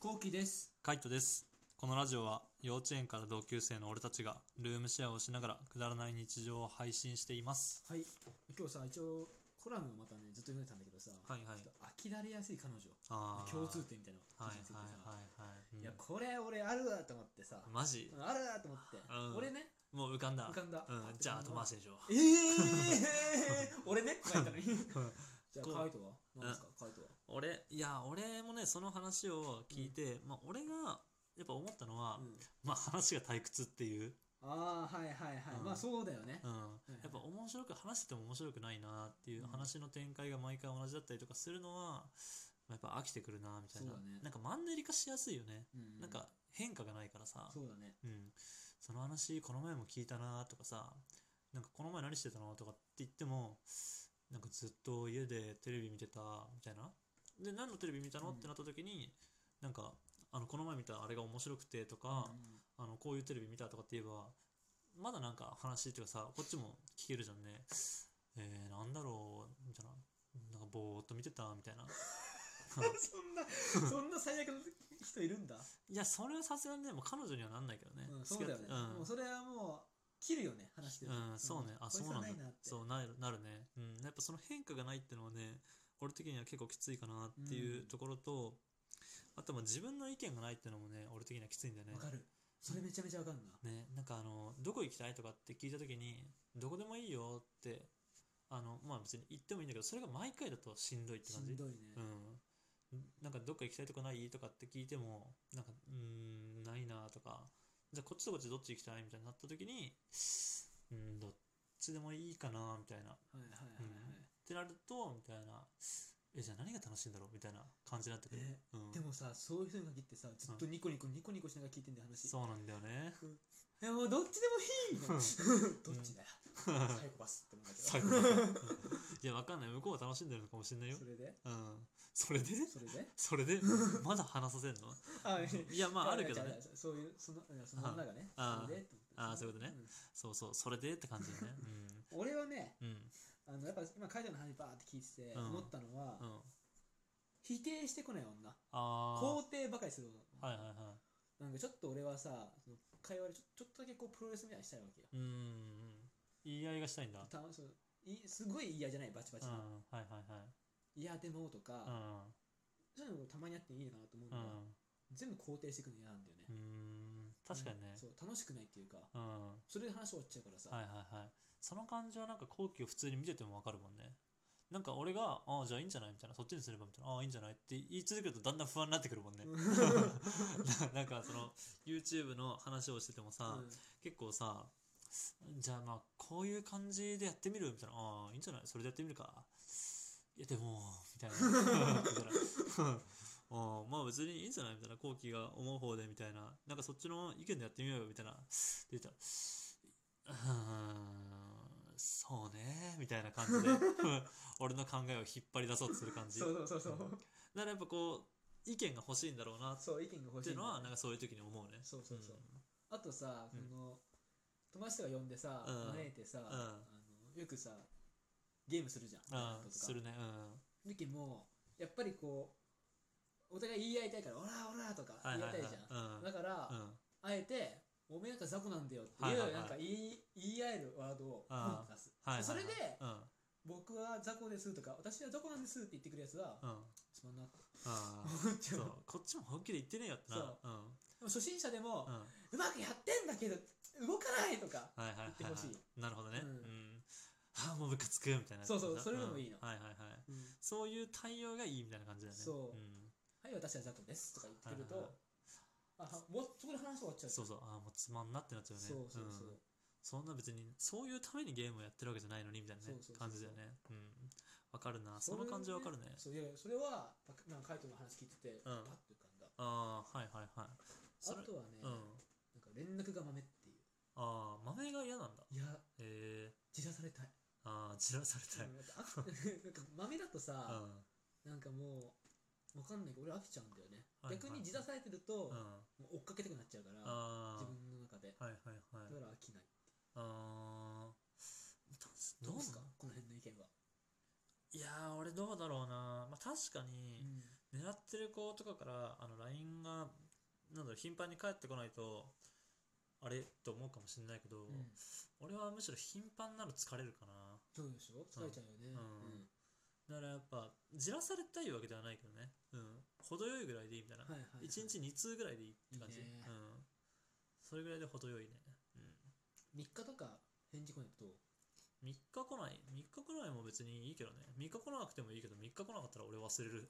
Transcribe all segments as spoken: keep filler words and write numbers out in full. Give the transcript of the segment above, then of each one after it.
こうきです。 カイトです。このラジオは幼稚園から同級生の俺たちがルームシェアをしながらくだらない日常を配信しています。 はい。今日さ、一応コラムをまたね、ずっと読んでたんだけどさ、 はいはい。 ちょっと飽きられやすい彼女、 あー共通点みたいなのはいについてさ、 はいはいはい、うんいや、これ俺あるわと思ってさ、 マジあるわと思って、 うん俺ね、 もう浮かんだ。 浮かんだ。 うん、じゃあ後回しでしょ。 ええー、俺ね、書いたのに。じゃあ、 こうカイトは何ですか、カイトは。 俺、いや、俺もね、その話を聞いて、まあ、俺がやっぱ思ったのは、 うん、 まあ、話が退屈っていう。 ああ、はいはいはい。 うんまあそうだよね。 うん、 はいはいやっぱ面白く話してても面白くないなっていう話の展開が毎回同じだったりとかするのは、まあやっぱ飽きてくるなみたいな、 そうだねなんかマンネリ化しやすいよね、 うん、 なんか変化がないからさ、 そうだね。 うん、その話この前も聞いたなとかさ、なんかこの前何してたのとかって言っても、なんかずっと家でテレビ見てたみたいな、で何のテレビ見たの、 うんってなった時に、なんかあのこの前見たあれが面白くてとか、 うんうんあのこういうテレビ見たとかって言えばまだなんか話っていうかさ、こっちも聞けるじゃんね。えー、なんだろうみたいな、なんかぼーっと見てたみたいな。 そんな、そんな最悪の人いるんだ。 いや、それはさすがにね、もう彼女にはなんないけどね。 うん、そうだよね。 うんもうそれはもう切るよね、話してると。 うん、そうね。あ、そうなんだ。 こいつはないなって。 そうなる、なるね。うん。やっぱその変化がないってのはね、俺的には結構きついかなっていうところと、あとまあ自分の意見がないってのもね、俺的にはきついんだよね。 わかる。それめちゃめちゃわかるな。 ね、なんかあの、どこ行きたいとかって聞いたときに、どこでもいいよって、あの、まあ別に言ってもいいんだけど、それが毎回だとしんどいって感じ。 しんどいね。 うん。なんかどっか行きたいとこないとかって聞いても、なんか、うーん、ないなとか、じゃあこっちとこっちどっち行きたいみたいになったときに、うん、どっちでもいいかなみたいな。 はいはいはいはい。 ってなると、みたいな、え、じゃあ何が楽しいんだろうみたいな感じになってくる。 ねうん、 でもさ、そういう人に限ってさ、ずっとニコニコニコニコしながら聞いてんだよ話。 そうなんだよね。 うんいやもうどっちでもいいみたいなどっちだよ。サイコパスって思うんだけど。 最後までいや、わかんない。向こうは楽しんでるのかもしれないよ。 それでうん。それでそれでそれでまだ話させんの。 あいや、まあ、あるけどね。 そういう、その、いやその女がね。 あそれでって思ってああ、そういうことね。 んそうそう、それでって感じだね。 俺はね、 うん。うん。 あのやっぱ今、カイトの話バーって聞いててうん思ったのは、 うん。 否定してこない女。 ああ。 肯定ばかりする女。 はいはいはい。 なんかちょっと俺はさ、その会話でちょちょっとだけこうプロレスみたいにしたいわけよ。 うーん。言い合いがしたいんだ。 たそういすごい嫌じゃない、バチバチうん。 な。 はいはいはい。 いや、でもとうか、 ん。 そういうのたまにあっていいのかなと思うんだが、 うん。 全部肯定していくの嫌なんだよね。 うーん。確かにね。 そう楽しくないっていうか、 うん。はいそれで話終わっちゃうからさ。 はいはい。その感じはなんか後期を普通に見ててもわかるもんね。なんか俺が、ああ、じゃあいいんじゃないみたいな、そっちにすればみたいな、ああ、いいんじゃないって言い続けるとだんだん不安になってくるもんね。ななんかその YouTube の話をしててもさ、 うん結構さ、じゃあまあこういう感じでやってみるみたいな、ああ、いいんじゃないそれでやってみるか。いやでも、みたいな。みたいなああまあ別にいいんじゃないみたいな、後期が思う方でみたいな、なんかそっちの意見でやってみようよみたいな。って言ったら、うーん、そうね、みたいな感じで俺の考えを引っ張り出そうとする感じ。 そうそうそうそう。 だからやっぱこう、意見が欲しいんだろうなっそう、意見が欲しいんだよね。 ていうのは、なんかそういう時に思うね。 そうそうそう。 んあとさ、 うんその友達とか呼んでさ、 うん招いてさ、 んあのよくさ、ゲームするじゃん。 ああ、 とかするね。うん。 時も、やっぱりこう、お互い言い合いたいから、オラオラとかはいはいはい言い合いたいじゃん。 うんだから、 うん。 あえて、おめえなんか雑魚なんだよっていう、 はいはいはいなんか言い言い合えるワードをポンと出す。 はいはいはい。 それで、 うん。 僕は雑魚ですとか、私は雑魚なんですって言ってくるやつは、 うん。 すまんなってああ。 思っちゃ。 そうう。こっちも本気で言ってねえよってな。 そううん。うん。 でも初心者でも、 はうまくやってんだけど、動かないとかいはいはい言ってほしい。 はい。なるほどね。 ううんん。はあ、もうムカつくみたいな。 そうそうそれでもいいのうんはいはいはい。 うんそういう対応がいいみたいな感じだよね。 そううん。 はい、私は雑魚ですとか言ってくると、 はいはいはいあはもうそこで話終わっちゃうじゃん。 そうそう。ああ、もうつまんなってなっちゃうね。 そうそうそう。 んそんな別に、そういうためにゲームをやってるわけじゃないのにみたいなねそうそうそうそう感じだよね。うん。わかるな。 それその感じわかるね。 そういやそれは、なんかカイトの話聞いてて、パッと浮かんだ。 ああ、はいはいはい。 あそれとはね、 うん。 なんか連絡が豆っていう。 ああ、豆が嫌なんだ。 いや、 へえじらされたい。 ああ、じらされたい。 うんなんかあなんか豆だとうさ、 ん。 なんかもう、わかんないけど、俺飽きちゃうんだよね。 はいはい逆にじらされてると、 うん。 もう追っかけたくなっちゃうから、 あ自分の中で。 あ。はいはいはい。 だから飽きない。 ああ。どうどうですかこの辺の意見は。 いやー、俺どうだろうな。まあ確かうに、 ん狙ってる子とかからあの ライン がなんだろう頻繁に返ってこないとあれと思うかもしれないけど、 うん俺はむしろ頻繁なの疲れるかな。 そうでしょ、疲れちゃうよね。 うんだからやっぱじらされたいわけではないけどね、うん、程よいぐらいでいいみたいな、 はいはいはい、 いちにちに通ぐらいでいいって感じ。 いいねうん、それぐらいで程よいね、うん、 みっかとか返事来ないとどう？ みっか来ないみっか来ないも別にいいけどね。みっか来なくてもいいけどみっか来なかったら俺忘れる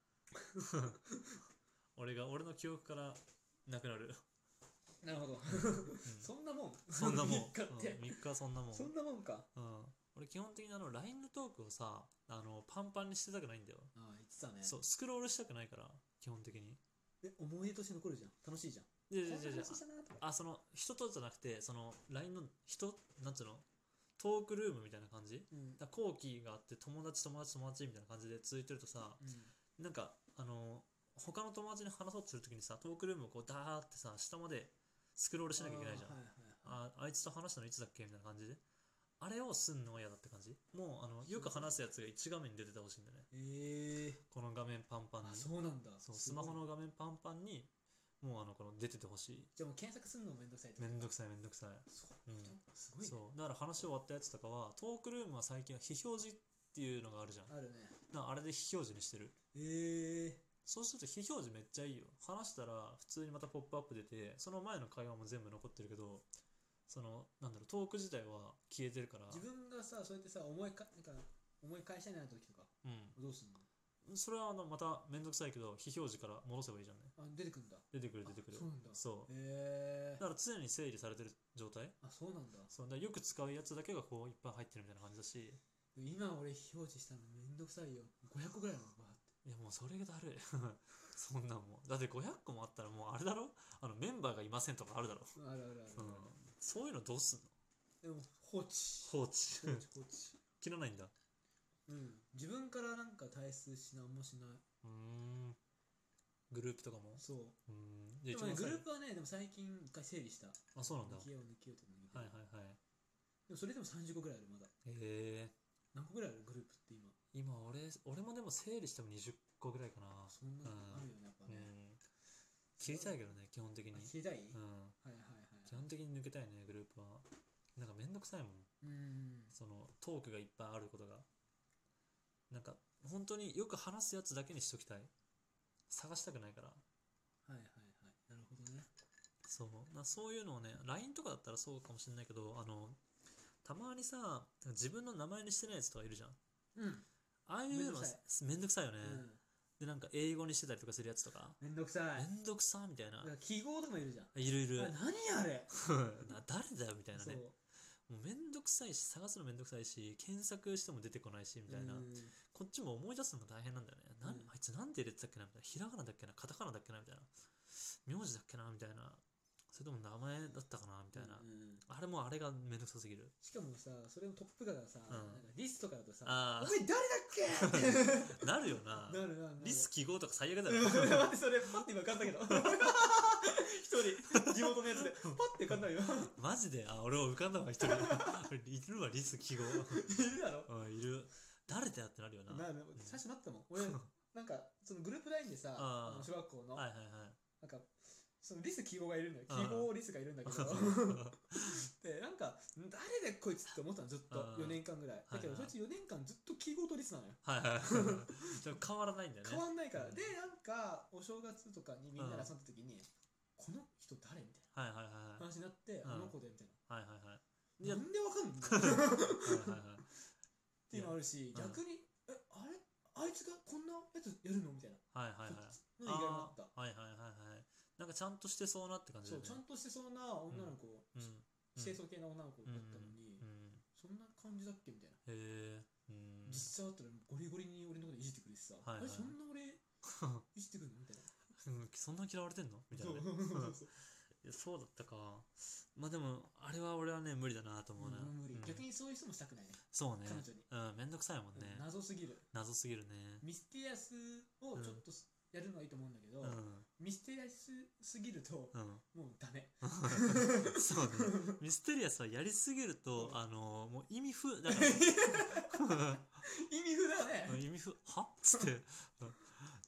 俺が俺の記憶からなくなるなるほど、 うん、 そんなもんそんなもんみっかって、 うん、みっかはそんなもん。 そんなもんか。 うん、俺基本的にあの ライン のトークをさあのパンパンにしてたくないんだよ。 ああ言ってたね。 そうスクロールしたくないから基本的に。 え思い出として残るじゃん、楽しいじゃん。 いやいやいやいやこんな話したなとか。 あその人とじゃなくてその ライン の人なんつうのトークルームみたいな感じうんだ後期があって友達友達友達みたいな感じで続いてるとさ、 うんなんかあの他の友達に話そうとするときにさトークルームをこうダーってさ下までスクロールしなきゃいけないじゃん。 あ,、はいはいはい、 ああいつと話したのいつだっけみたいな感じであれをすんのは嫌だって感じ。もうあのよく話すやつがいち画面に出ててほしいんだね。 えー、 この画面パンパンに。 あそうなんだ。 そうスマホの画面パンパンにもうあのこの出ててほしい。 じゃあもう検索するのめんどくさい。 めんどくさいめんどくさい。 そう、 うん、 すごいね。 そうだから話終わったやつとかはトークルームは最近は非表示っていうのがあるじゃん。 あるね。 だからあれで非表示にしてる。 えー、 そうすると非表示めっちゃいいよ。話したら普通にまたポップアップ出てその前の会話も全部残ってるけどそのなんだろうトーク自体は消えてるから。 自分がさそうやってさ思いかなんか思い返したいな時とかうんどうすんの？ それはあのまためんどくさいけど非表示から戻せばいいじゃんね。 あ出てくるんだ。 出てくる出てくる。 そうなんだ。 そうへえー、 だから常に整理されてる状態。 あそうなんだ。 そうだからよく使うやつだけがこういっぱい入ってるみたいな感じだし。 今俺表示したのめんどくさいよ。ごひゃくこぐらいのバーって。 いやもうそれがだるいそんなんもんだってごひゃっこもあったらもうあれだろあのメンバーがいませんとかあるだろ。 あるあるある、 うん、そういうのどうすんの？ でも放置放置放置放置切らないんだ。 うん自分からなんか退出しなんもしない。 うーんグループとかも。 そううーんでもねグ一番ループはねでも最近一回整理した。 あそうなんだ。 抜きよう抜きようって抜きようはいはいはい。 でもそれでもさんじゅっこぐらいあるまだ。 へえ何個ぐらいあるグループって今？ 今俺俺もでも整理してもにじゅっこぐらいかな。 そんなのあるよねやっぱね。 うん切りたいけどね基本的に。 切りたい、 うんはいはいはい基本的に抜けたいねグループは。なんかめんどくさいもん。 うんそのトークがいっぱいあることがなんか本当によく話すやつだけにしときたい。探したくないから。 はいはいはいなるほどね。 そうなそういうのをね ライン とかだったらそうかもしれないけどあのたまにさ自分の名前にしてないやつとかいるじゃん。 うんああいうのめんどくさいよね、 うんでなんか英語にしてたりとかするやつとかめんどくさい。 めんどくさみたいな。 だから記号とかもいるじゃん。 いるいるあれ何あれな誰だよみたいなそうね。もうめんどくさいし探すのめんどくさいし検索しても出てこないしみたいな、 うんこっちも思い出すのも大変なんだよね。なんうんあいつなんて入れてたっけなみたいな。ひらがなだっけなカタカナだっけなみたいな。名字だっけなみたいな。それとも名前だったかなみたいな、 うんあれもあれがめんどくさすぎる。 しかもさそれのトップ画がさ、 うんなんかリスとかだとさあーお前誰だっけなるよななるなるなるリス記号とか最悪だよ待ってそれパッて分かんだけど一人地元のやつでパッて分かんないよマジであ俺は浮かんだわ一人いるわリス記号いるだろうんいる。誰だよってなるよな。 なる最初なったもん俺なんかそのグループラインでさあーあの小学校の、 はいはいはいなんかそのリス記号がいるんだよあー記号リスがいるんだけどでなんか誰だこいつって思ったのずっとあーよねんかんぐらいだけどはいはいそいつよねんかんずっと記号とリスなのよはいはいでも変わらないんだよね。 変わんないから、 うんでなんかお正月とかにみんなで遊んだ時に、この人誰みたいはいはいはいなはい話になって、 うんあの子でみたいはいはいはいな、 いやなんでわかんのみたいなっはいはいはいていうのあるし、 ん逆にえあれあいつがこんなやつやるのみたいなはいはいはいの意外もあった。 あーはいはいはいはいなんかちゃんとしてそうなって感じだよね。 そうちゃんとしてそうな女の子、 うん清楚系な女の子だったのに、 うんそんな感じだっけみたいな、 へえうん実際だったらゴリゴリに俺のこといじってくれてさ、 はいはいあれそんな俺いじってくるのみたいなうんそんな嫌われてんのみたいなね。 そうそうそういやそうだったか。まあでもあれは俺はね無理だなと思うな、 うん無理、 うん逆にそういう人もしたくないね、 そうね彼女に、 うんめんどくさいもんね、 謎すぎる。 謎すぎるね。 ミステリアスをちょっとやるのはいいと思うんだけど、 うんミステリアスすぎるとうんもうダメ。 そうねミステリアスはやりすぎると、あのもう意味不だから意味不だね。 意味不はっつって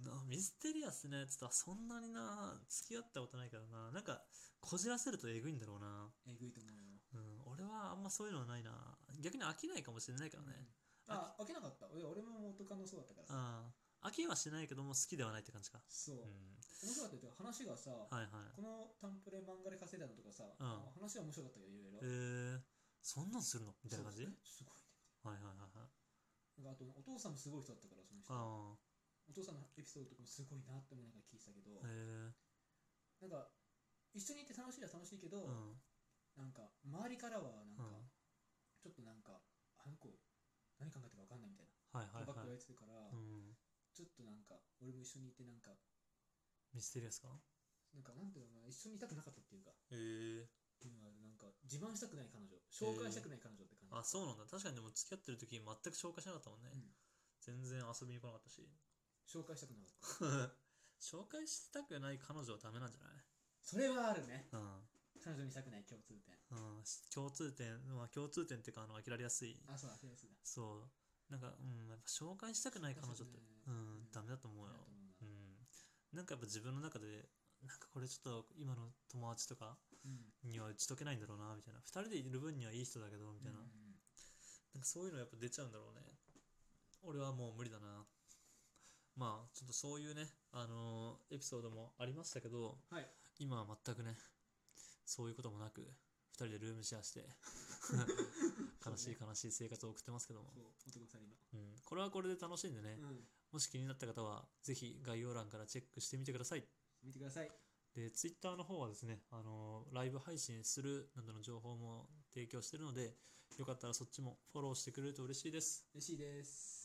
なミステリアスなやつとはそんなにな付き合ったことないからな。なんかこじらせるとえぐいんだろうな。 えぐいと思うよ。 うん、俺はあんまそういうのはないな。逆に飽きないかもしれないからね。 うん、あ、飽きなかった。俺俺も元カノそうだったからさ。 ああ、飽きはしないけども好きではないって感じか。 そう。 うん、 面白かったよ。話がさ、 はいはい。 このタンプレ漫画で稼いだのとかさ、 うんあ話は面白かったよ、いろいろ。 えー、そんなんするのみたいな感じ。 そうですね、すごいね。 はいはいはいはい。 なんかあと、お父さんもすごい人だったから、その人。 あお父さんのエピソードとかもすごいなって思いながら聞いてたけど、 あ、へえなんか、一緒にいて楽しいは楽しいけど、 ー、うん、 なんか、周りからはなんか、 うん、 ちょっとなんか、あの子、何考えてるか分かんないみたいな。 はいはいばっかはい。 言われてたから、 うん、 ちょっとなんか、俺も一緒にいてなんか、 ミステリアスか。 なんか、なんていうのかな、一緒にいたくなかったっていうか、 へえー、 っていうのはなんか、自慢したくない彼女、紹介したくない彼女って感じ。 あ、そうなんだ。確かにでも付き合ってる時全く紹介しなかったもんね。 うん、 全然遊びに来なかったし。 紹介したくなかった。 紹介したくない彼女はダメなんじゃない？ それはあるね。 うん。 彼女にしたくない共通点。 うん、共通点、まあ共通点っていうか、あの、飽きられやすい。 あ、そう、あ、そうですだ。 そう。なんか、うん、やっぱ紹介したくない彼女って、ううんん、ダメだと思うよ。 だと思うな。 うん。なんかやっぱ自分の中で、なんかこれちょっと今の友達とかうん。 には打ち解けないんだろうな、みたいな。二人でいる分にはいい人だけど、みたいな。 うんなんかそういうのやっぱ出ちゃうんだろうね。俺はもう無理だな。まあ、ちょっとそういうね、あのーエピソードもありましたけど、 はい。 今は全くね、そういうこともなく、二人でルームシェアして悲しい悲しい生活を送ってますけども、 そう、男二人の。 うん、これはこれで楽しいんでね、 うん。 もし気になった方はぜひ概要欄からチェックしてみてください。 見てください。 で、Twitter の方はですね、あのーライブ配信するなどの情報も提供しているので、よかったらそっちもフォローしてくれると嬉しいです。 嬉しいです。